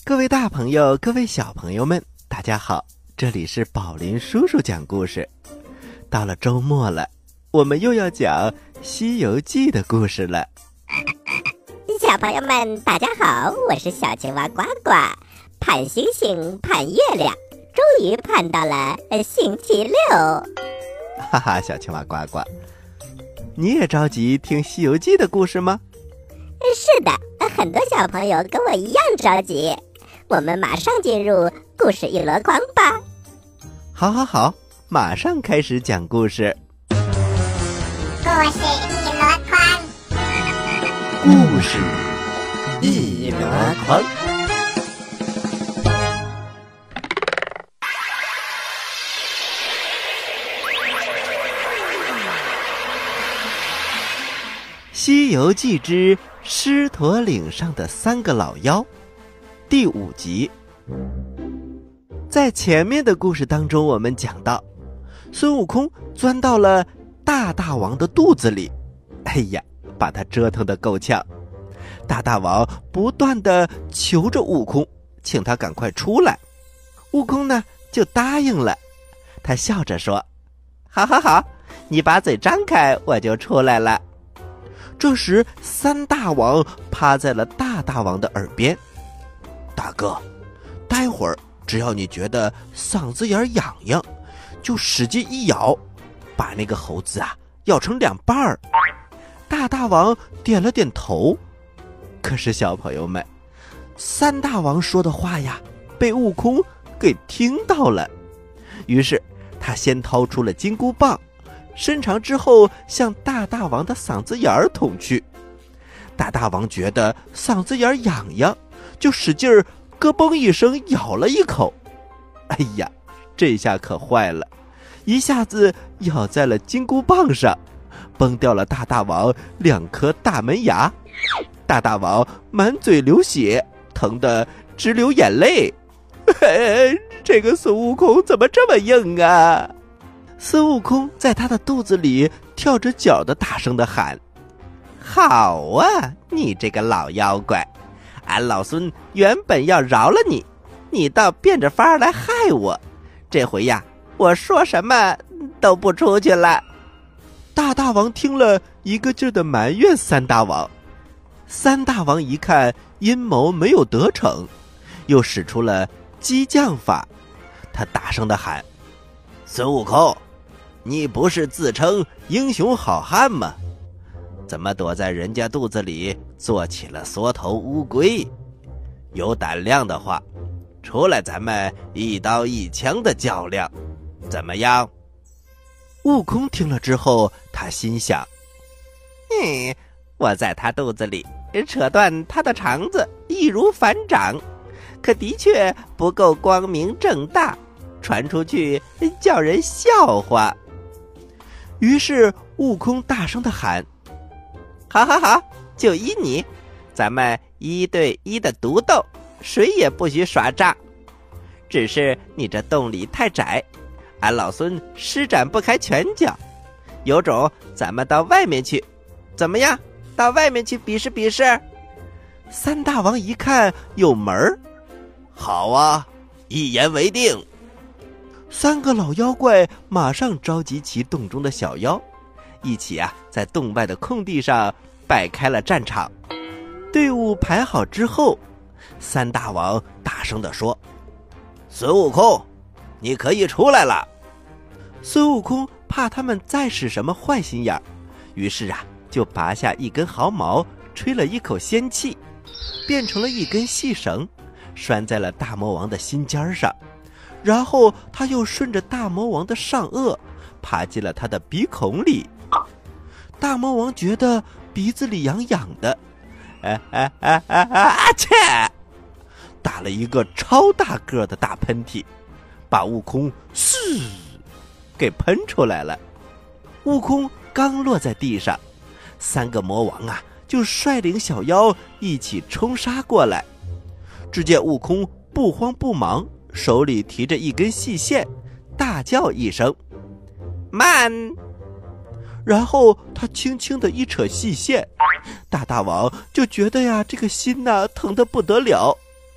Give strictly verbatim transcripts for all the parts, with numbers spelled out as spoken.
各位大朋友，各位小朋友们，大家好，这里是宝林叔叔讲故事。到了周末了，我们又要讲《西游记》的故事了。 小朋友们大家好，我是小青蛙呱呱，盼星星盼月亮，终于盼到了星期六。 哈哈，小青蛙呱呱，你也着急听《西游记》的故事吗？ 是的，很多小朋友跟我一样着急，我们马上进入故事一箩筐吧。 好好好，马上开始讲故事。 故事一箩筐， 故事一箩筐。《西游记之狮驼岭上的三个老妖》第五集。在前面的故事当中，我们讲到孙悟空钻到了大大王的肚子里，哎呀，把他折腾得够呛。大大王不断地求着悟空，请他赶快出来。悟空呢，就答应了。他笑着说：好好好，你把嘴张开，我就出来了。这时三大王趴在了大大王的耳边：大哥，待会儿只要你觉得嗓子眼痒痒，就使劲一咬，把那个猴子啊咬成两半儿。大大王点了点头。可是小朋友们，三大王说的话呀，被悟空给听到了。于是他先掏出了金箍棒，伸长之后向大大王的嗓子眼儿捅去。大大王觉得嗓子眼痒痒，就使劲儿咯嘣一声咬了一口。哎呀，这下可坏了，一下子咬在了金箍棒上，崩掉了大大王两颗大门牙。大大王满嘴流血，疼得直流眼泪。这个孙悟空怎么这么硬啊？孙悟空在他的肚子里跳着脚的大声地喊：好啊，你这个老妖怪，俺老孙原本要饶了你，你倒变着法来害我，这回呀，我说什么都不出去了。大大王听了，一个劲儿地埋怨三大王。三大王一看阴谋没有得逞，又使出了激将法。他大声地喊：孙悟空，你不是自称英雄好汉吗？怎么躲在人家肚子里做起了缩头乌龟？有胆量的话，出来咱们一刀一枪的较量，怎么样？悟空听了之后，他心想：嗯，我在他肚子里扯断他的肠子，易如反掌，可的确不够光明正大，传出去叫人笑话。于是悟空大声地喊：好好好，就依你，咱们一对一的独斗，谁也不许耍诈。只是你这洞里太窄，俺老孙施展不开拳脚，有种咱们到外面去，怎么样？到外面去比试比试。三大王一看有门儿，好啊，一言为定。三个老妖怪马上召集齐洞中的小妖，一起啊在洞外的空地上摆开了战场。队伍排好之后，三大王大声地说：孙悟空，你可以出来了。孙悟空怕他们再使什么坏心眼儿，于是啊就拔下一根毫毛，吹了一口仙气，变成了一根细绳，拴在了大魔王的心尖上。然后他又顺着大魔王的上颚爬进了他的鼻孔里。大魔王觉得鼻子里痒痒的，啊啊啊啊啊切！打了一个超大个的大喷嚏，把悟空嘶给喷出来了。悟空刚落在地上，三个魔王啊就率领小妖一起冲杀过来。只见悟空不慌不忙，手里提着一根细线，大叫一声：慢！然后他轻轻地一扯细线，大大王就觉得呀，这个心呐疼得不得了。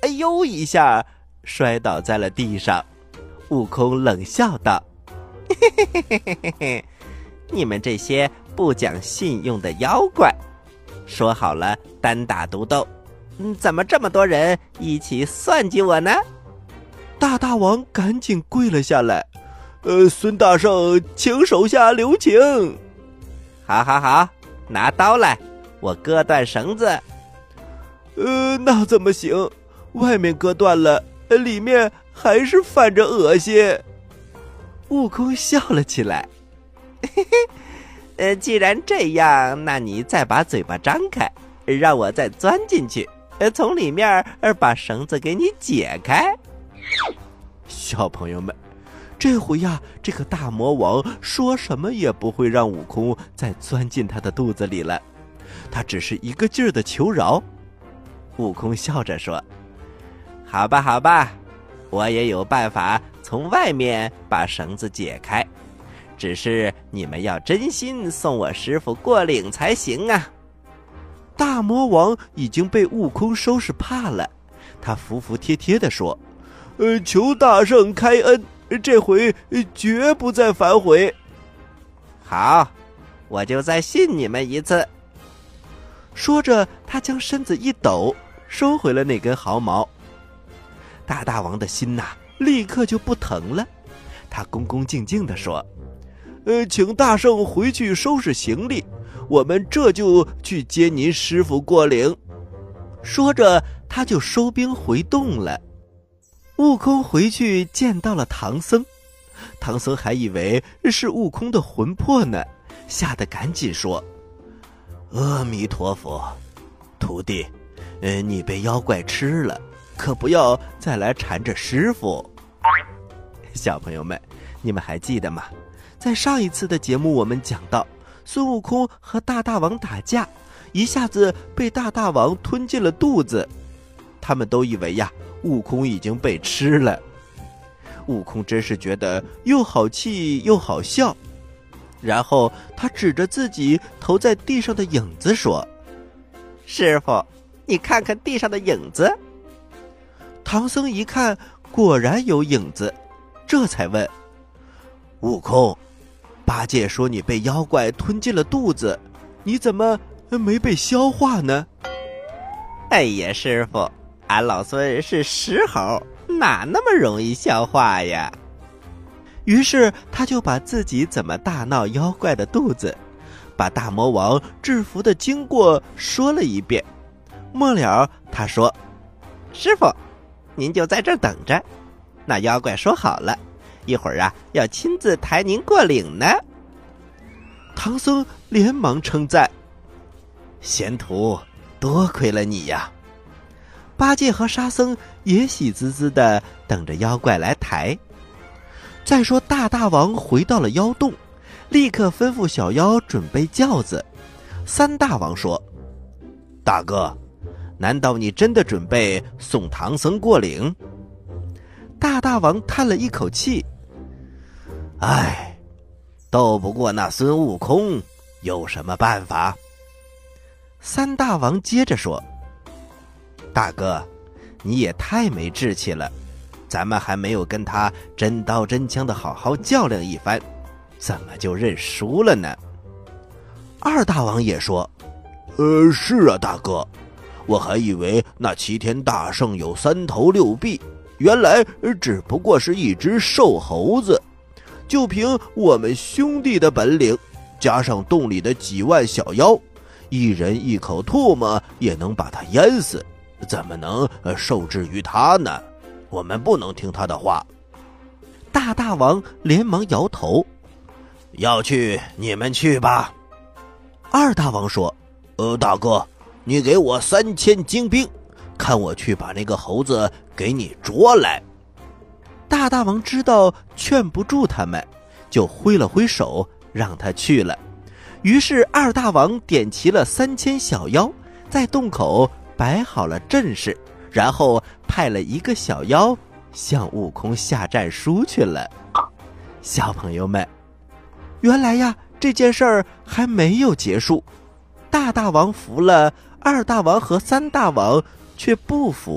哎呦一下摔倒在了地上。悟空冷笑道：嘿嘿嘿嘿嘿嘿嘿，你们这些不讲信用的妖怪，说好了单打独斗，嗯，怎么这么多人一起算计我呢？大大王赶紧跪了下来，呃，孙大圣，请手下留情。好好好，拿刀来，我割断绳子。呃，那怎么行？外面割断了，里面还是泛着恶心。悟空笑了起来，嘿嘿，呃，既然这样，那你再把嘴巴张开，让我再钻进去，呃，从里面把绳子给你解开。小朋友们，这回呀，这个大魔王说什么也不会让悟空再钻进他的肚子里了，他只是一个劲儿的求饶。悟空笑着说：好吧好吧，我也有办法从外面把绳子解开，只是你们要真心送我师傅过岭才行啊。大魔王已经被悟空收拾怕了，他服服帖帖地说：呃，求大圣开恩，这回绝不再反悔。好，我就再信你们一次。说着，他将身子一抖，收回了那根毫毛。大大王的心呐，立刻就不疼了。他恭恭敬敬地说：呃，请大圣回去收拾行李，我们这就去接您师傅过岭。说着，他就收兵回洞了。悟空回去见到了唐僧，唐僧还以为是悟空的魂魄呢，吓得赶紧说：阿弥陀佛，徒弟，呃，你被妖怪吃了，可不要再来缠着师傅。小朋友们，你们还记得吗？在上一次的节目我们讲到，孙悟空和大大王打架，一下子被大大王吞进了肚子，他们都以为呀，悟空已经被吃了。悟空真是觉得又好气又好笑，然后他指着自己投在地上的影子说：师傅，你看看地上的影子。唐僧一看，果然有影子，这才问：悟空，八戒说你被妖怪吞进了肚子，你怎么没被消化呢？哎呀，师傅，俺老孙是石猴，哪那么容易消化呀？于是他就把自己怎么大闹妖怪的肚子，把大魔王制服的经过说了一遍。末了他说：师傅，您就在这儿等着，那妖怪说好了，一会儿啊要亲自抬您过岭呢。唐僧连忙称赞：贤徒，多亏了你呀。八戒和沙僧也喜滋滋地等着妖怪来抬。再说大大王回到了妖洞，立刻吩咐小妖准备轿子。三大王说：大哥，难道你真的准备送唐僧过岭？大大王叹了一口气：唉，斗不过那孙悟空，有什么办法？三大王接着说：大哥，你也太没志气了，咱们还没有跟他真刀真枪的好好较量一番，怎么就认输了呢？二大王也说：呃，是啊，大哥，我还以为那齐天大圣有三头六臂，原来只不过是一只瘦猴子，就凭我们兄弟的本领，加上洞里的几万小妖，一人一口唾沫也能把他淹死，怎么能受制于他呢？我们不能听他的话。大大王连忙摇头：要去你们去吧。二大王说：呃，大哥，你给我三千精兵，看我去把那个猴子给你捉来。大大王知道劝不住他们，就挥了挥手让他去了。于是二大王点齐了三千小妖，在洞口摆好了阵势，然后派了一个小妖向悟空下战书去了。小朋友们，原来呀，这件事儿还没有结束。大大王服了，二大王和三大王却不服。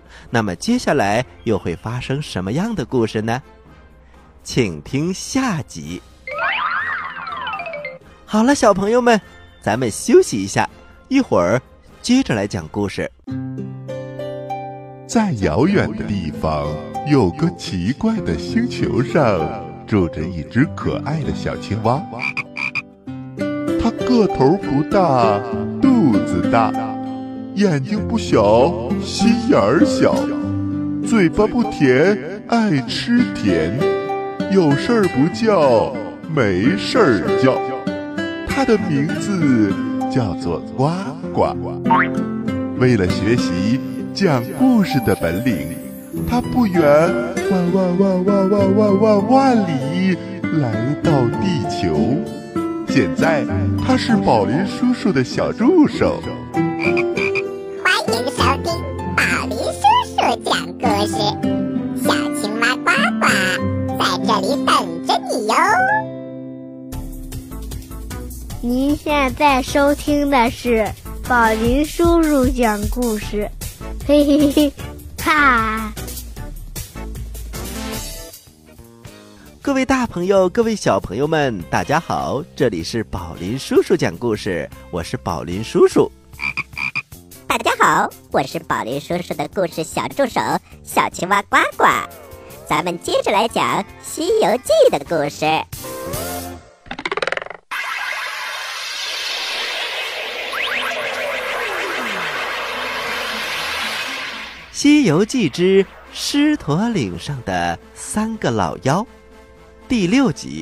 那么接下来又会发生什么样的故事呢？请听下集。好了，小朋友们，咱们休息一下，一会儿接着来讲故事。 在遥远的地方，有个奇怪的星球上，住着一只可爱的小青蛙。它个头不大，肚子大，眼睛不小，心眼儿小，嘴巴不甜，爱吃甜，有事儿不叫，没事儿叫。它的名字叫做呱呱。为了学习讲故事的本领，它不远万万万万万万万万里来到地球。现在他是宝林叔叔的小助手。 欢迎收听宝林叔叔讲故事，小青蛙呱呱在这里等着你哟。 您现在收听的是宝林叔叔讲故事，嘿嘿嘿，哈！ 各位大朋友，各位小朋友们，大家好，这里是宝林叔叔讲故事，我是宝林叔叔。 大家好，我是宝林叔叔的故事小助手小青蛙呱呱，咱们接着来讲《西游记》的故事。 《西游记之狮驼岭上的三个老妖》第六集。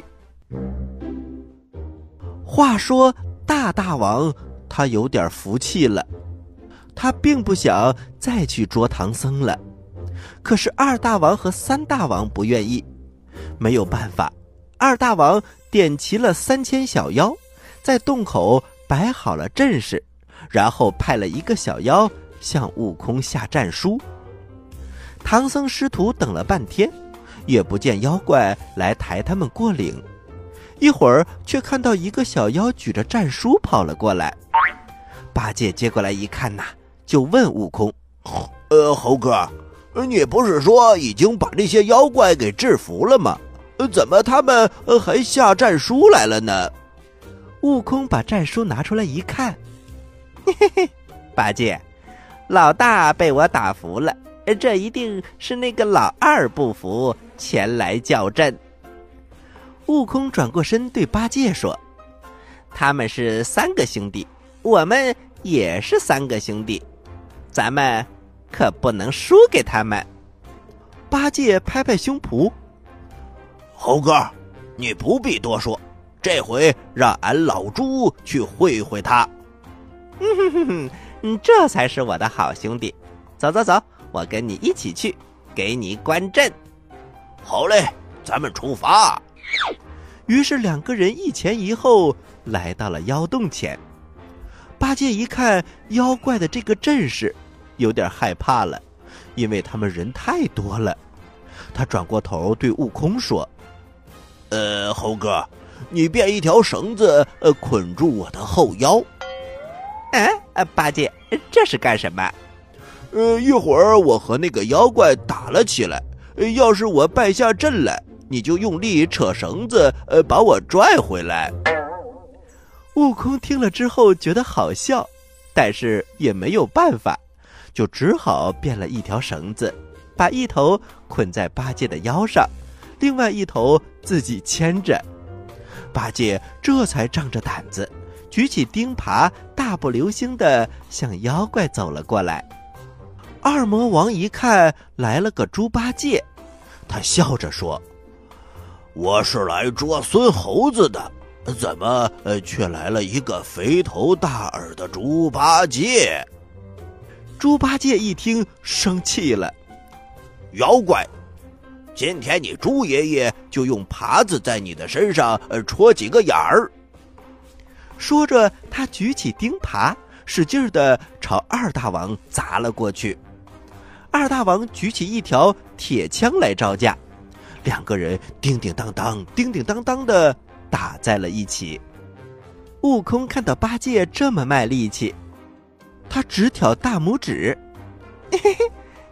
话说大大王他有点服气了，他并不想再去捉唐僧了。可是二大王和三大王不愿意，没有办法，二大王点齐了三千小妖，在洞口摆好了阵势，然后派了一个小妖向悟空下战书。唐僧师徒等了半天，也不见妖怪来抬他们过岭，一会儿却看到一个小妖举着战书跑了过来。八戒接过来一看呐、啊，就问悟空：呃，猴哥，你不是说已经把这些妖怪给制服了吗？怎么他们还下战书来了呢？悟空把战书拿出来一看，嘿嘿嘿，八戒，老大被我打服了，这一定是那个老二不服，前来叫阵。悟空转过身对八戒说：他们是三个兄弟，我们也是三个兄弟，咱们可不能输给他们。八戒拍拍胸脯：猴哥，你不必多说，这回让俺老猪去会会他。嗯哼哼哼，这才是我的好兄弟。走走走，我跟你一起去，给你观阵。好嘞，咱们出发。于是两个人一前一后来到了妖洞前。八戒一看妖怪的这个阵势，有点害怕了，因为他们人太多了。他转过头对悟空说：呃，猴哥，你变一条绳子呃捆住我的后腰。哎、啊，八戒，这是干什么？呃，一会儿我和那个妖怪打了起来，呃、要是我败下阵来，你就用力扯绳子，呃，把我拽回来。悟空听了之后觉得好笑，但是也没有办法，就只好变了一条绳子，把一头捆在八戒的腰上，另外一头自己牵着。八戒这才仗着胆子，举起钉耙，大步流星地向妖怪走了过来。二魔王一看来了个猪八戒，他笑着说：我是来捉孙猴子的，怎么呃却来了一个肥头大耳的猪八戒？猪八戒一听生气了：妖怪，今天你猪爷爷就用耙子在你的身上呃戳几个眼儿。说着他举起钉耙，使劲地朝二大王砸了过去。二大王举起一条铁枪来招架，两个人叮叮当当叮叮当当地打在了一起。悟空看到八戒这么卖力气，他直挑大拇指：嘿嘿嘿，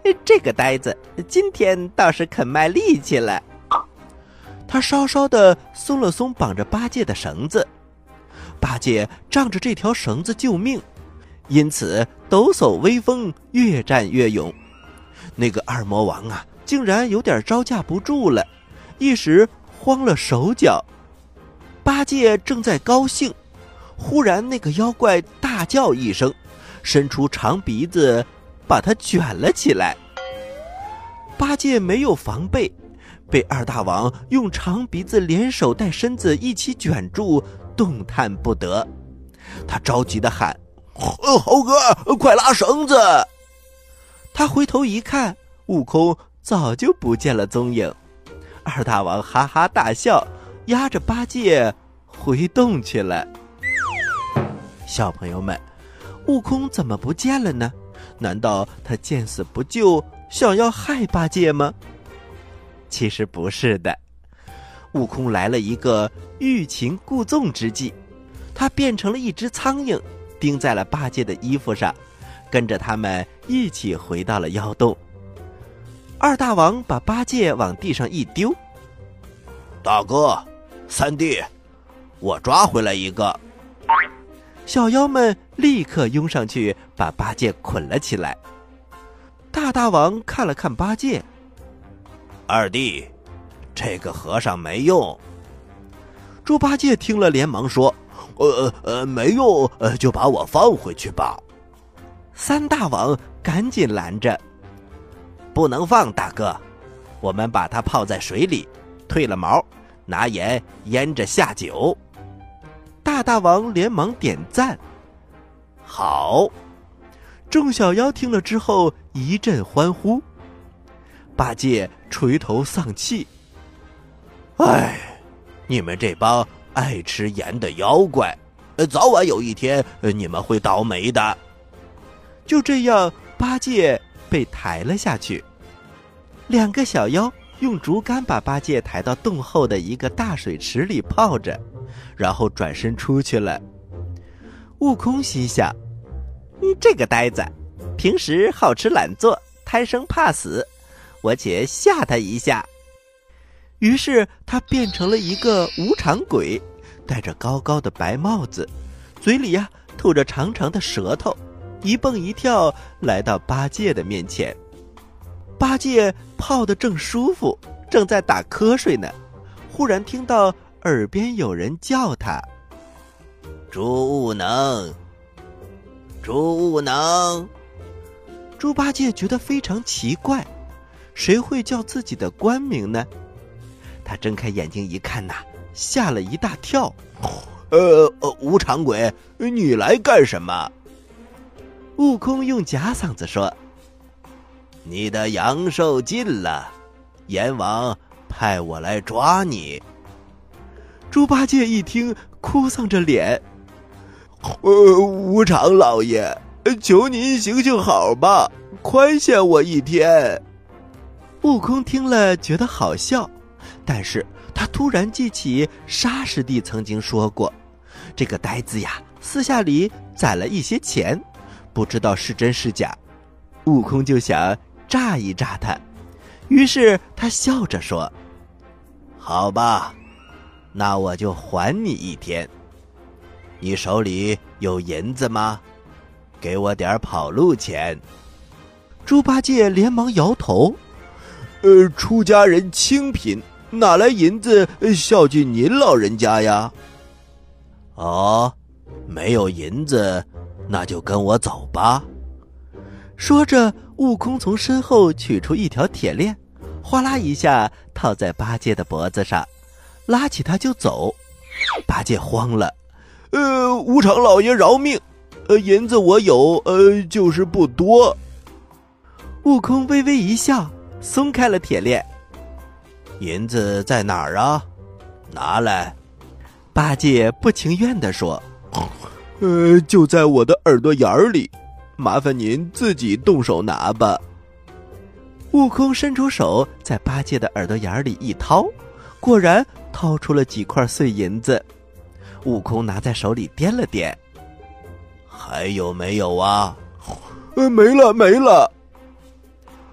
这个呆子今天倒是肯卖力气了。他稍稍地松了松绑着八戒的绳子，八戒仗着这条绳子救命，因此抖擞威风，越战越勇。那个二魔王啊，竟然有点招架不住了，一时慌了手脚。八戒正在高兴，忽然那个妖怪大叫一声，伸出长鼻子把他卷了起来。八戒没有防备，被二大王用长鼻子连手带身子一起卷住，动弹不得。他着急地喊：猴哥，快拉绳子！他回头一看，悟空早就不见了踪影。二大王哈哈大笑，压着八戒回洞去了。小朋友们，悟空怎么不见了呢？难道他见死不救，想要害八戒吗？其实不是的，悟空来了一个欲擒故纵之计，他变成了一只苍蝇，钉在了八戒的衣服上，跟着他们一起回到了妖洞。二大王把八戒往地上一丢：大哥，三弟，我抓回来一个。小妖们立刻拥上去，把八戒捆了起来。大大王看了看八戒：二弟，这个和尚没用。猪八戒听了连忙说：呃呃，没用，呃，就把我放回去吧。三大王赶紧拦着：不能放，大哥，我们把它泡在水里，褪了毛，拿盐腌着下酒。大大王连忙点赞：好！众小妖听了之后一阵欢呼。八戒垂头丧气：哎，你们这帮爱吃盐的妖怪，早晚有一天你们会倒霉的。就这样，八戒被抬了下去。两个小妖用竹竿把八戒抬到洞后的一个大水池里泡着，然后转身出去了。悟空心想：这个呆子平时好吃懒做，贪生怕死，我且吓他一下。于是他变成了一个无常鬼，戴着高高的白帽子，嘴里呀、啊、吐着长长的舌头，一蹦一跳来到八戒的面前。八戒泡得正舒服，正在打瞌睡呢，忽然听到耳边有人叫他：猪悟能，猪悟能。猪八戒觉得非常奇怪，谁会叫自己的官名呢？他睁开眼睛一看呐、啊，吓了一大跳。呃呃，无常鬼，你来干什么？悟空用假嗓子说：你的阳寿尽了，阎王派我来抓你。猪八戒一听，哭丧着脸：呃，无常老爷，求您行行好吧，宽限我一天。悟空听了觉得好笑，但是他突然记起沙师弟曾经说过，这个呆子呀，私下里攒了一些钱，不知道是真是假。悟空就想诈一诈他，于是他笑着说：好吧，那我就还你一天。你手里有银子吗？给我点跑路钱。猪八戒连忙摇头：呃，出家人清贫，哪来银子孝敬您老人家呀？哦，没有银子，那就跟我走吧。说着，悟空从身后取出一条铁链，哗啦一下套在八戒的脖子上，拉起他就走。八戒慌了：呃，无常老爷饶命，呃，银子我有，呃，就是不多。悟空微微一笑，松开了铁链。银子在哪儿啊？拿来。八戒不情愿地说：呃，就在我的耳朵眼里，麻烦您自己动手拿吧。悟空伸出手，在八戒的耳朵眼里一掏，果然掏出了几块碎银子。悟空拿在手里掂了掂：还有没有啊？呃，没了没了。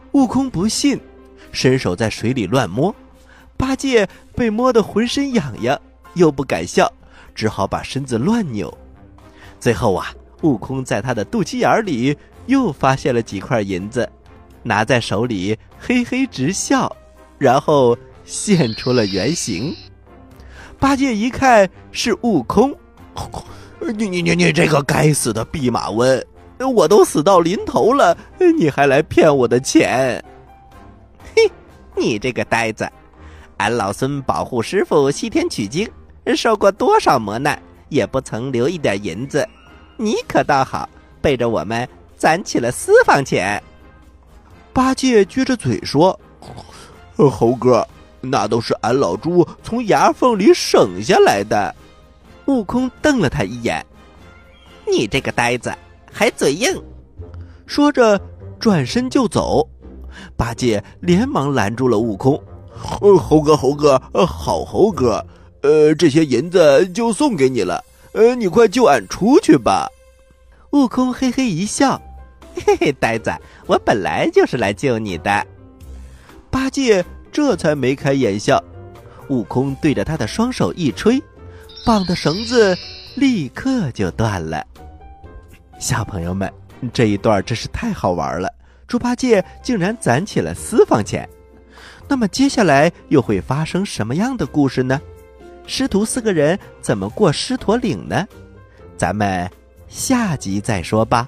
悟空不信，伸手在水里乱摸，八戒被摸得浑身痒痒，又不敢笑，只好把身子乱扭。最后啊，悟空在他的肚脐眼里又发现了几块银子，拿在手里嘿嘿直笑，然后现出了原形。八戒一看是悟空，你你你你这个该死的弼马温，我都死到临头了，你还来骗我的钱？嘿，你这个呆子，俺老孙保护师傅西天取经，受过多少磨难，也不曾留一点银子，你可倒好，背着我们攒起了私房钱。八戒撅着嘴说，猴哥，那都是俺老猪从牙缝里省下来的。悟空瞪了他一眼，你这个呆子还嘴硬，说着转身就走。八戒连忙拦住了悟空，呃，猴哥猴哥、呃、好猴哥，呃，这些银子就送给你了，呃，你快救俺出去吧。悟空嘿嘿一笑，嘿嘿，呆子，我本来就是来救你的。八戒这才眉开眼笑。悟空对着他的双手一吹，绑的绳子立刻就断了。小朋友们，这一段真是太好玩了，猪八戒竟然攒起了私房钱。那么接下来又会发生什么样的故事呢？师徒四个人怎么过狮驼岭呢？咱们下集再说吧。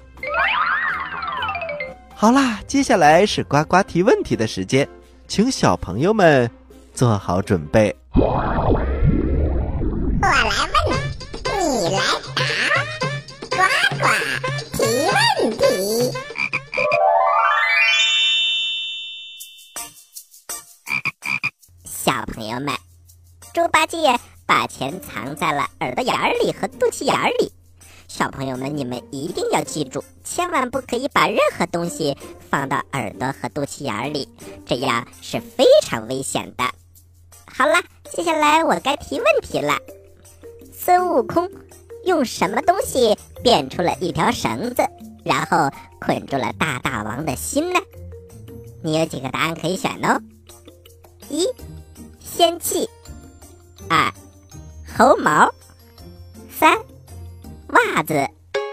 好啦，接下来是呱呱提问题的时间，请小朋友们做好准备。 我来问，你来答，呱呱提问题。 小朋友们，猪八戒把钱藏在了耳朵眼里和肚脐眼里。小朋友们，你们一定要记住，千万不可以把任何东西放到耳朵和肚脐眼里，这样是非常危险的。好了，接下来我该提问题了。孙悟空用什么东西变出了一条绳子，然后捆住了大大王的心呢？你有几个答案可以选哦。一、仙气；二、猴毛；三、袜子。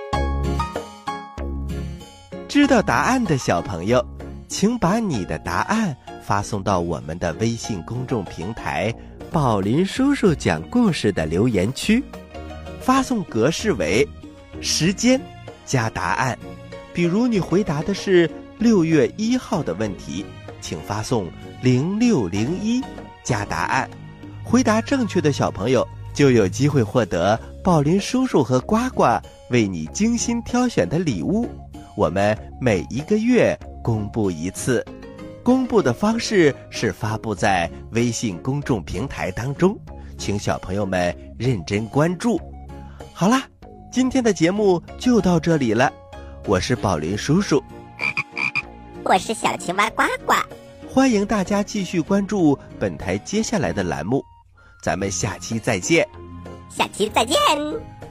知道答案的小朋友，请把你的答案发送到我们的微信公众平台宝林叔叔讲故事的留言区，发送格式为时间加答案。比如你回答的是六月一号的问题，请发送零六零一加答案。回答正确的小朋友就有机会获得宝林叔叔和呱呱为你精心挑选的礼物。我们每一个月公布一次，公布的方式是发布在微信公众平台当中，请小朋友们认真关注。好啦，今天的节目就到这里了，我是宝林叔叔， 我是小青蛙呱呱， 欢迎大家继续关注本台接下来的栏目，咱们下期再见。 下期再见。